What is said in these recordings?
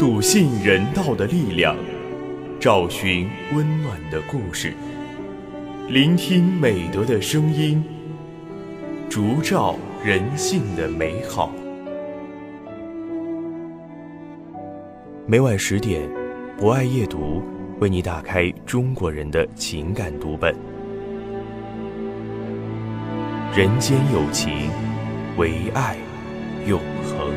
笃信人道的力量，找寻温暖的故事，聆听美德的声音，烛照人性的美好。每晚10点，博爱夜读为你打开中国人的情感读本。人间有情，唯爱永恒。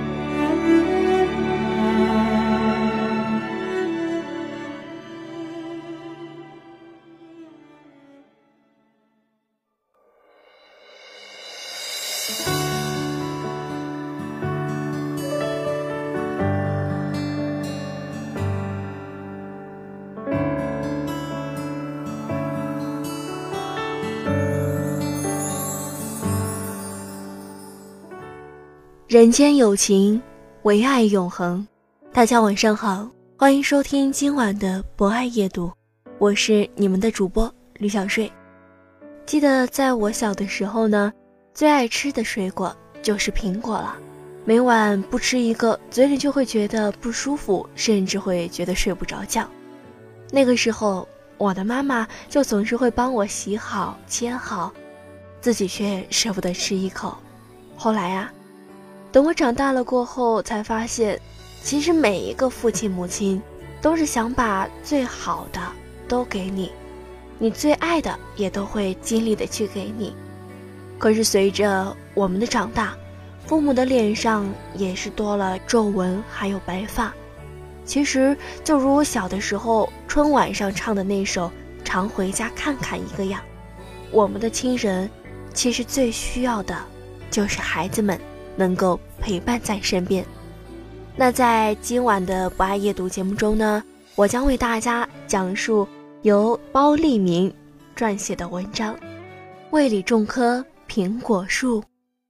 人间有情，唯爱永恒。大家晚上好，欢迎收听今晚的博爱夜读，我是你们的主播吕小睡。记得在我小的时候呢，最爱吃的水果就是苹果了，每晚不吃一个，嘴里就会觉得不舒服，甚至会觉得睡不着觉。那个时候我的妈妈就总是会帮我洗好切好，自己却舍不得吃一口。后来啊，等我长大了过后才发现，其实每一个父亲母亲都是想把最好的都给你，你最爱的也都会尽力的去给你。可是随着我们的长大，父母的脸上也是多了皱纹还有白发。其实就如我小的时候春晚上唱的那首常回家看看一个样，我们的亲人其实最需要的就是孩子们能够陪伴在身边。那在今晚的博爱夜读节目中呢，我将为大家讲述由包立明撰写的文章《胃里种棵苹果树》。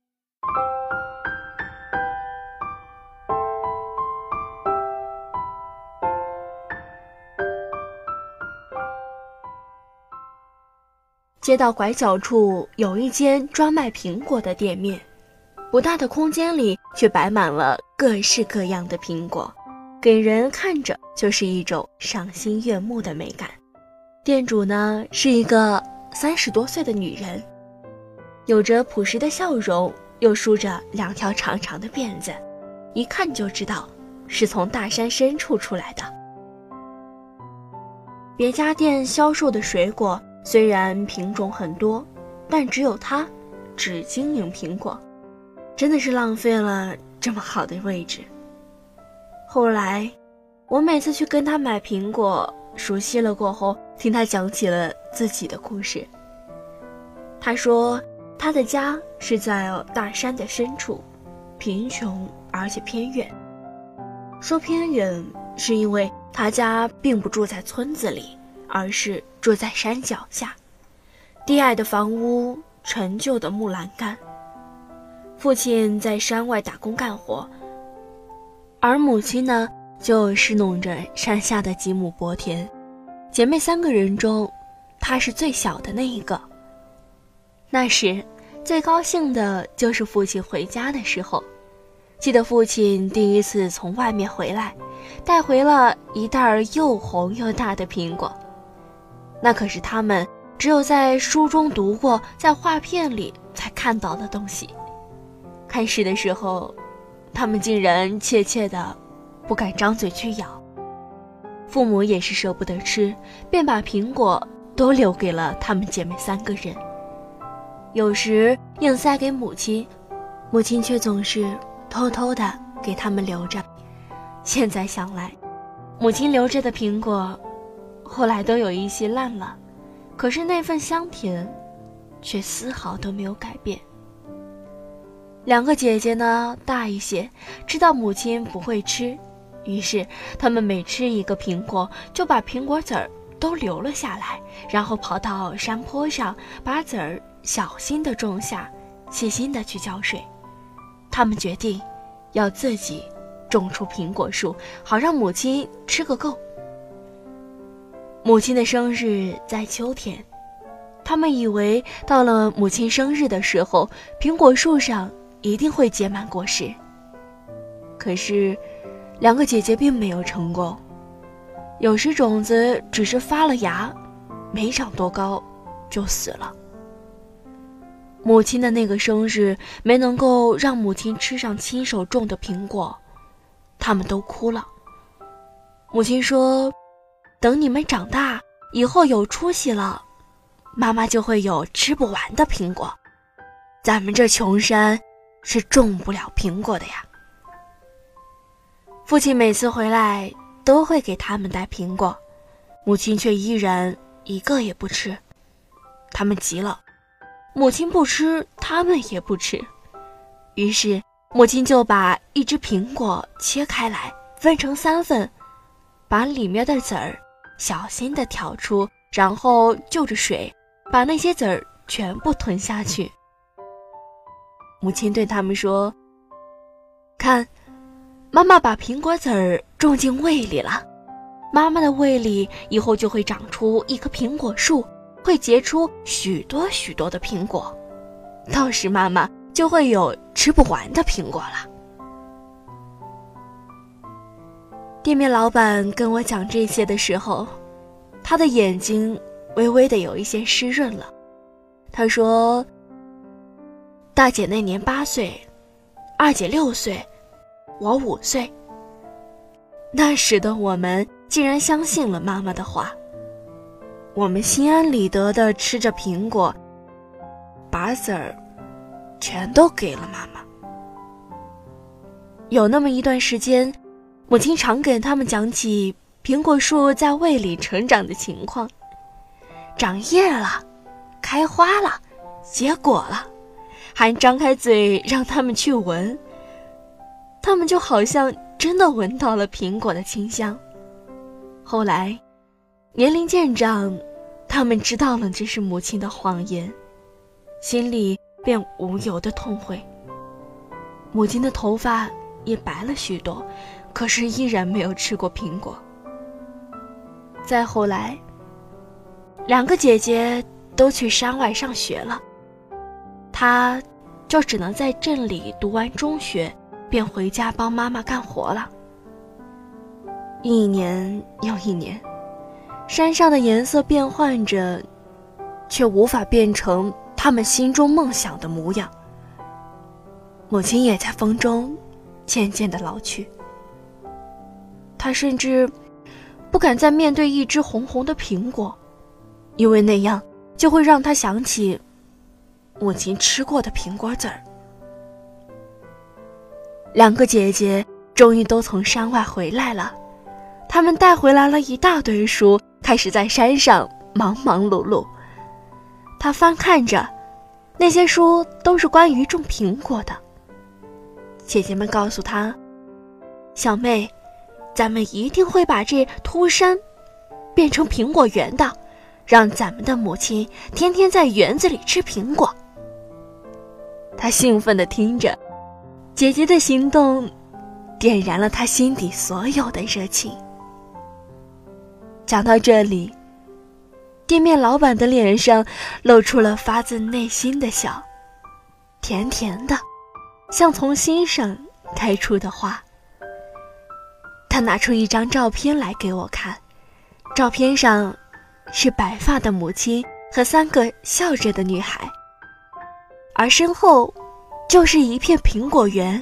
街道拐角处有一间专卖苹果的店面，不大的空间里却摆满了各式各样的苹果，给人看着就是一种赏心悦目的美感。店主呢是一个30多岁的女人，有着朴实的笑容，又梳着2条长长的辫子，一看就知道是从大山深处出来的。别家店销售的水果虽然品种很多，但只有她只经营苹果，真的是浪费了这么好的位置。后来我每次去跟他买苹果，熟悉了过后，听他讲起了自己的故事。他说他的家是在大山的深处，贫穷而且偏远。说偏远是因为他家并不住在村子里，而是住在山脚下，低矮的房屋，陈旧的木栏杆。父亲在山外打工干活，而母亲呢就侍弄着山下的几亩薄田。姐妹3个人中，她是最小的那一个。那时最高兴的就是父亲回家的时候。记得父亲第一次从外面回来，带回了一袋又红又大的苹果，那可是他们只有在书中读过，在画片里才看到的东西。开始的时候，他们竟然怯怯的不敢张嘴去咬，父母也是舍不得吃，便把苹果都留给了他们姐妹3个人。有时硬塞给母亲，母亲却总是偷偷的给他们留着。现在想来，母亲留着的苹果后来都有一些烂了，可是那份香甜却丝毫都没有改变。2个姐姐呢大一些，知道母亲不会吃，于是她们每吃一个苹果，就把苹果籽儿都留了下来，然后跑到山坡上，把籽儿小心地种下，细心地去浇水。她们决定要自己种出苹果树，好让母亲吃个够。母亲的生日在秋天，他们以为到了母亲生日的时候，苹果树上一定会结满果实。可是两个姐姐并没有成功。有时种子只是发了芽，没长多高就死了。母亲的那个生日没能够让母亲吃上亲手种的苹果，他们都哭了。母亲说，等你们长大以后有出息了，妈妈就会有吃不完的苹果，咱们这穷山是种不了苹果的呀。父亲每次回来都会给他们带苹果，母亲却依然一个也不吃。他们急了，母亲不吃，他们也不吃。于是母亲就把一只苹果切开来，分成3份，把里面的籽儿小心地挑出，然后就着水把那些籽儿全部吞下去。母亲对他们说，看，妈妈把苹果籽儿种进胃里了，妈妈的胃里以后就会长出一棵苹果树，会结出许多许多的苹果，到时妈妈就会有吃不完的苹果了。店面老板跟我讲这些的时候，他的眼睛微微的有一些湿润了。他说，大姐那年8岁，二姐6岁，我5岁。那时的我们竟然相信了妈妈的话，我们心安理得地吃着苹果，把籽儿全都给了妈妈。有那么一段时间，母亲常给他们讲起苹果树在胃里成长的情况，长叶了，开花了，结果了，还张开嘴让他们去闻，他们就好像真的闻到了苹果的清香。后来年龄渐长，他们知道了这是母亲的谎言，心里便无由的痛悔。母亲的头发也白了许多，可是依然没有吃过苹果。再后来，2个姐姐都去山外上学了，她就只能在镇里读完中学，便回家帮妈妈干活了。一年又一年，山上的颜色变换着，却无法变成他们心中梦想的模样。母亲也在风中渐渐地老去，她甚至不敢再面对一只红红的苹果，因为那样就会让她想起母亲吃过的苹果籽儿。2个姐姐终于都从山外回来了，她们带回来了一大堆书，开始在山上忙忙碌碌。她翻看着，那些书都是关于种苹果的。姐姐们告诉她，小妹，咱们一定会把这秃山变成苹果园的，让咱们的母亲天天在园子里吃苹果。她兴奋地听着，姐姐的行动点燃了她心底所有的热情。讲到这里，店面老板的脸上露出了发自内心的笑，甜甜的，像从心上开出的花。他拿出一张照片来给我看，照片上是白发的母亲和3个笑着的女孩，而身后就是一片苹果园。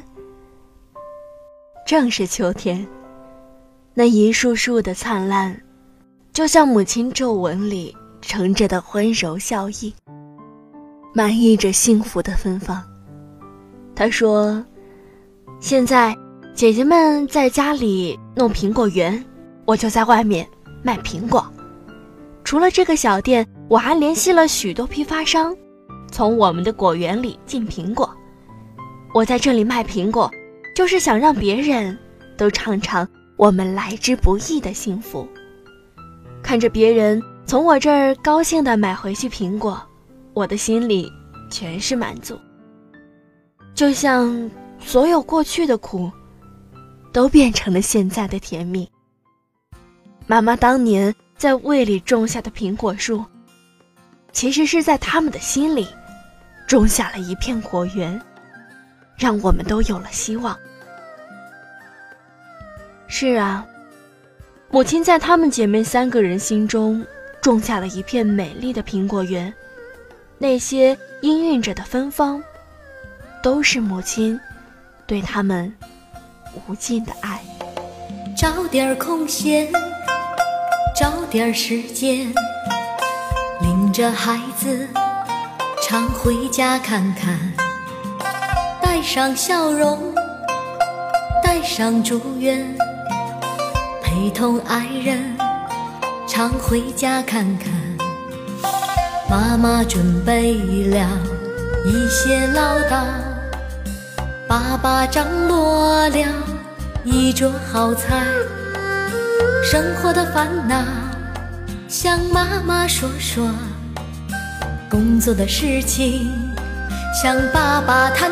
正是秋天，那一束束的灿烂，就像母亲皱纹里盛着的温柔笑意，满溢着幸福的芬芳。她说，现在姐姐们在家里弄苹果园，我就在外面卖苹果。除了这个小店，我还联系了许多批发商，从我们的果园里进苹果。我在这里卖苹果，就是想让别人都尝尝我们来之不易的幸福。看着别人从我这儿高兴地买回去苹果，我的心里全是满足。就像所有过去的苦都变成了现在的甜蜜。妈妈当年在胃里种下的苹果树，其实是在他们的心里种下了一片果园，让我们都有了希望。 是啊，母亲在她们姐妹3个人心中种下了一片美丽的苹果园，那些氤氲着的芬芳，都是母亲对她们无尽的爱。 找点空闲，找点时间，领着孩子常回家看看，带上笑容，带上祝愿，陪同爱人常回家看看。妈妈准备了一些唠叨，爸爸张罗了一桌好菜，生活的烦恼向妈妈说说，工作的事情向爸爸谈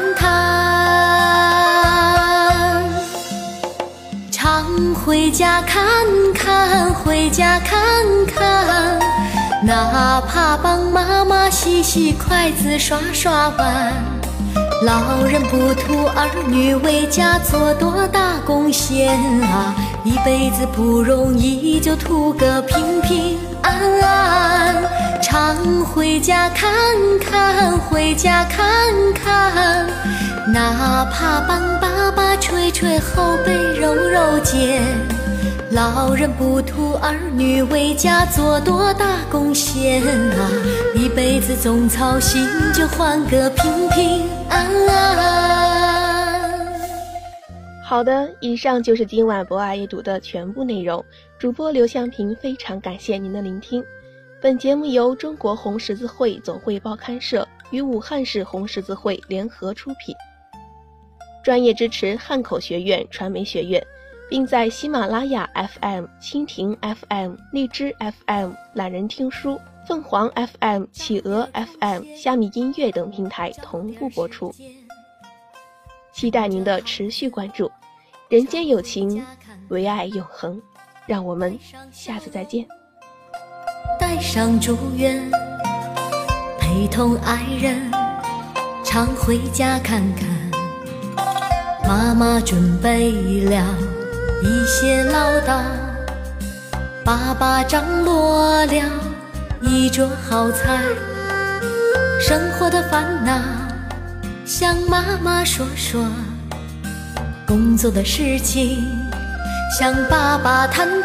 谈。常回家看看，回家看看，哪怕帮妈妈洗洗筷子，刷刷碗。老人不图儿女为家做多大贡献啊，一辈子不容易，就图个平平安安。常回家看看，回家看看，哪怕帮爸爸捶捶后背，揉揉肩。老人不图儿女为家做多大贡献啊，一辈子总操心，就换个平平安安。 好的，以上就是今晚博爱阅读的全部内容。主播刘向平非常感谢您的聆听。本节目由中国红十字会总会报刊社与武汉市红十字会联合出品，专业支持汉口学院传媒学院，并在喜马拉雅 FM、蜻蜓 FM、荔枝 FM、懒人听书、凤凰 FM、企鹅 FM、虾米音乐等平台同步播出。期待您的持续关注。人间有情，唯爱永恒。让我们下次再见。 带上祝愿，陪同爱人常回家看看。妈妈准备了一些唠叨，爸爸张罗了一桌好菜，生活的烦恼向妈妈说说，工作的事情向爸爸谈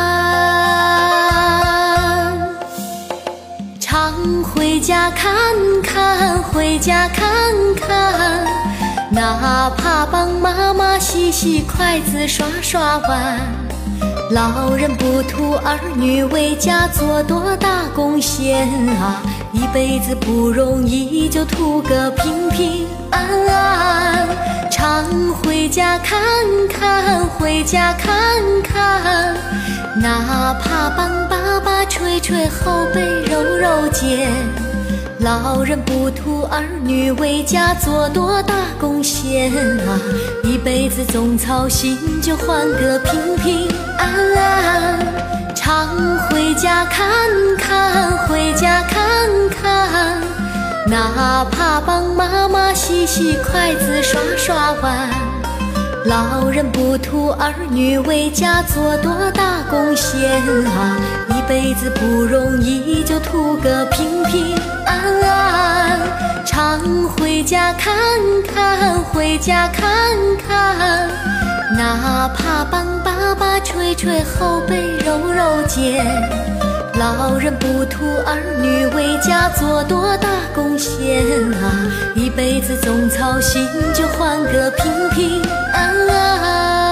谈。常回家看看，回家看看，哪怕帮妈妈洗洗筷子，刷刷碗。老人不图儿女为家做多大贡献啊，一辈子不容易，就图个平平安安。常回家看看，回家看看，哪怕帮爸爸捶捶后背，揉揉肩。老人不图儿女为家做多大贡献啊，一辈子总操心，就换个平平安安。常回家看看，回家看看，哪怕帮妈妈洗洗筷子，刷刷碗。老人不图儿女为家做多大贡献啊，一辈子不容易，就图个平平安安。常回家看看，回家看看，哪怕帮爸爸捶捶后背，揉揉肩。老人不图儿女为家做多大贡献啊，一辈子总操心，就换个平平安安。